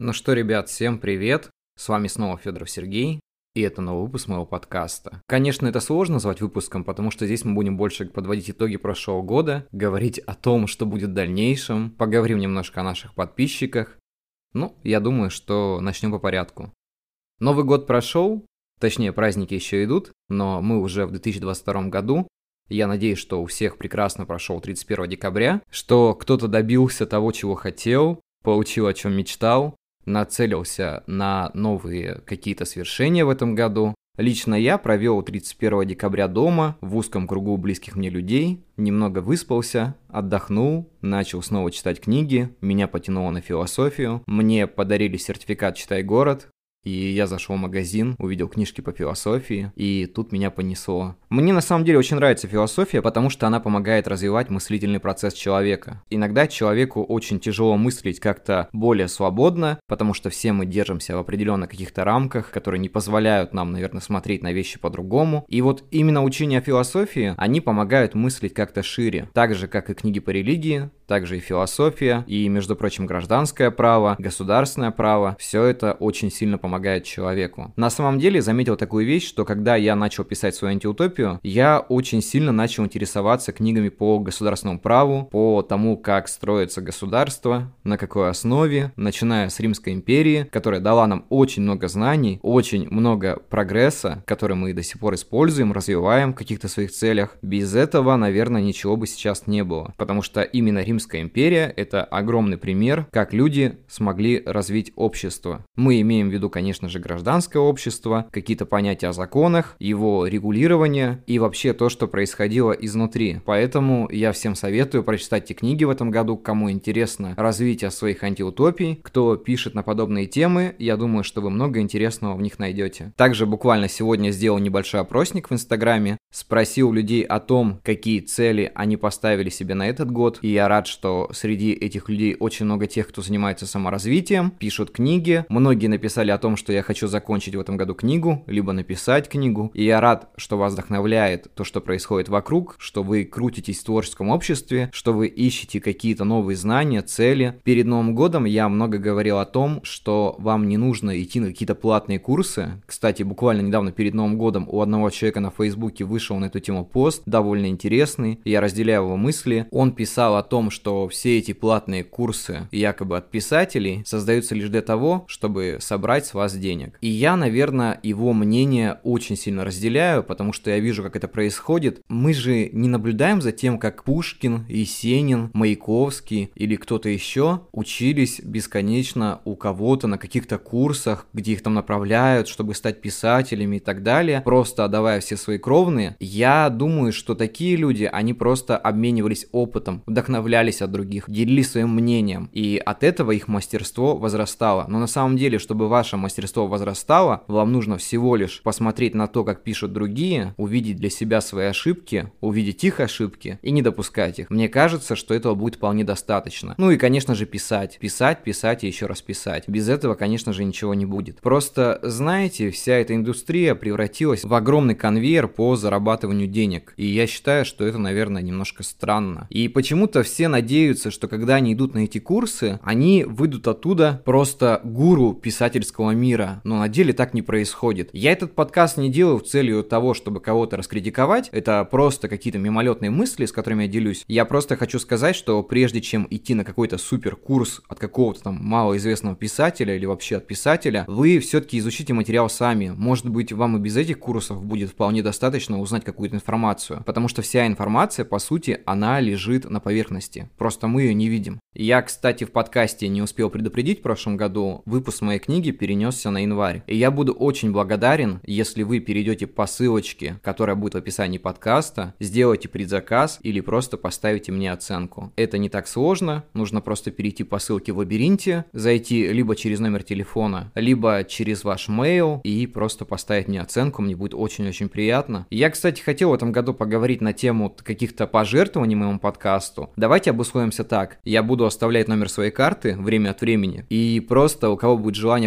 Ну что, ребят, всем привет! С вами снова Федоров Сергей, и это новый выпуск моего подкаста. Конечно, это сложно назвать выпуском, потому что здесь мы будем больше подводить итоги прошлого года, говорить о том, что будет в дальнейшем, поговорим немножко о наших подписчиках. Ну, я думаю, что начнем по порядку. Новый год прошел, точнее, праздники еще идут, но мы уже в 2022 году. Я надеюсь, что у всех прекрасно прошел 31 декабря, что кто-то добился того, чего хотел, получил, о чем мечтал, нацелился на новые какие-то свершения в этом году. Лично я провел 31 декабря дома, в узком кругу близких мне людей, немного выспался, отдохнул, начал снова читать книги, меня потянуло на философию, мне подарили сертификат «Читай город», и я зашел в магазин, увидел книжки по философии, и тут меня понесло. Мне на самом деле очень нравится философия, потому что она помогает развивать мыслительный процесс человека. Иногда человеку очень тяжело мыслить как-то более свободно, потому что все мы держимся в определенных каких-то рамках, которые не позволяют нам, наверное, смотреть на вещи по-другому. И вот именно учения о философии, они помогают мыслить как-то шире. Так же, как и книги по религии, также и философия, и, между прочим, гражданское право, государственное право. Все это очень сильно помогает человеку. На самом деле, заметил такую вещь, что когда я начал писать свою антиутопию, я очень сильно начал интересоваться книгами по государственному праву, по тому, как строится государство, на какой основе, начиная с Римской империи, которая дала нам очень много знаний, очень много прогресса, который мы до сих пор используем, развиваем в каких-то своих целях. Без этого, наверное, ничего бы сейчас не было, потому что именно Римская империя – это огромный пример, как люди смогли развить общество. Мы имеем в виду, конечно же, гражданское общество, какие-то понятия о законах, его регулирование и вообще то, что происходило изнутри. Поэтому я всем советую прочитать эти книги в этом году, кому интересно развитие своих антиутопий, кто пишет на подобные темы, я думаю, что вы много интересного в них найдете. Также буквально сегодня сделал небольшой опросник в Инстаграме, спросил людей о том, какие цели они поставили себе на этот год, и я рад, что среди этих людей очень много тех, кто занимается саморазвитием, пишут книги. Многие написали о том, что я хочу закончить в этом году книгу, либо написать книгу. И я рад, что вас вдохновляет то, что происходит вокруг, что вы крутитесь в творческом обществе, что вы ищете какие-то новые знания, цели. Перед Новым годом я много говорил о том, что вам не нужно идти на какие-то платные курсы. Кстати, буквально недавно перед Новым годом у одного человека на Фейсбуке вышел на эту тему пост, довольно интересный. Я разделяю его мысли. Он писал о том, что все эти платные курсы якобы от писателей создаются лишь для того, чтобы собрать с вас денег. И я, наверное, его мнение очень сильно разделяю, потому что я вижу, как это происходит. Мы же не наблюдаем за тем, как Пушкин, Есенин, Маяковский или кто-то еще учились бесконечно у кого-то на каких-то курсах, где их там направляют, чтобы стать писателями и так далее, просто отдавая все свои кровные. Я думаю, что такие люди, они просто обменивались опытом, вдохновлялись от других, делились своим мнением, и от этого их мастерство возрастало. Но на самом деле, чтобы ваше мастерство возрастало, вам нужно всего лишь посмотреть на то, как пишут другие, увидеть для себя свои ошибки, увидеть их ошибки и не допускать их. Мне кажется, что этого будет вполне достаточно. Ну и, конечно же, писать. Писать и еще раз писать. Без этого, конечно же, ничего не будет. Просто, знаете, вся эта индустрия превратилась в огромный конвейер по зарабатыванию денег. И я считаю, что это, наверное, немножко странно. И почему-то все надеются, что когда они идут на эти курсы, они выйдут оттуда просто гуру писательского мира. Но на деле так не происходит. Я этот подкаст не делаю в целью того, чтобы кого-то раскритиковать. Это просто какие-то мимолетные мысли, с которыми я делюсь. Я просто хочу сказать, что прежде чем идти на какой-то супер курс от какого-то там малоизвестного писателя или вообще от писателя, вы все-таки изучите материал сами. Может быть, вам и без этих курсов будет вполне достаточно узнать какую-то информацию. Потому что вся информация, по сути, она лежит на поверхности. Просто мы ее не видим. Я, кстати, в подкасте не успел предупредить в прошлом году, выпуск моей книги перенесся на январь. И я буду очень благодарен, если вы перейдете по ссылочке, которая будет в описании подкаста, сделайте предзаказ или просто поставите мне оценку. Это не так сложно, нужно просто перейти по ссылке в лабиринте, зайти либо через номер телефона, либо через ваш мейл и просто поставить мне оценку, мне будет очень-очень приятно. Я, кстати, хотел в этом году поговорить на тему каких-то пожертвований моему подкасту. Давайте обусловимся так. Я буду оставлять номер своей карты время от времени, и просто у кого будет желание поддержать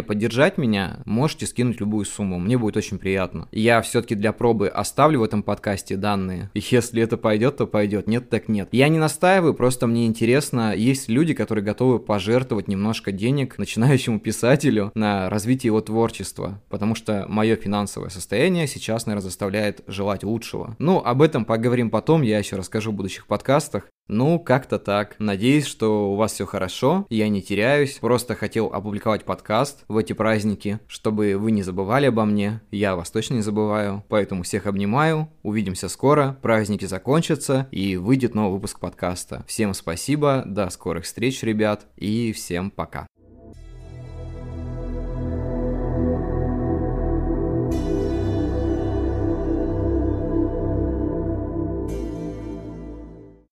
поддержать меня, можете скинуть любую сумму, мне будет очень приятно. Я все-таки для пробы оставлю в этом подкасте данные, и если это пойдет, то пойдет, нет, так нет. Я не настаиваю, просто мне интересно, есть люди, которые готовы пожертвовать немножко денег начинающему писателю на развитие его творчества, потому что мое финансовое состояние сейчас, наверное, заставляет желать лучшего. Ну, об этом поговорим потом, я еще расскажу в будущих подкастах. Ну, как-то так. Надеюсь, что у вас все хорошо, я не теряюсь. Просто хотел опубликовать подкаст в эти праздники, чтобы вы не забывали обо мне. Я вас точно не забываю. Поэтому всех обнимаю. Увидимся скоро. Праздники закончатся и выйдет новый выпуск подкаста. Всем спасибо, до скорых встреч, ребят, и всем пока.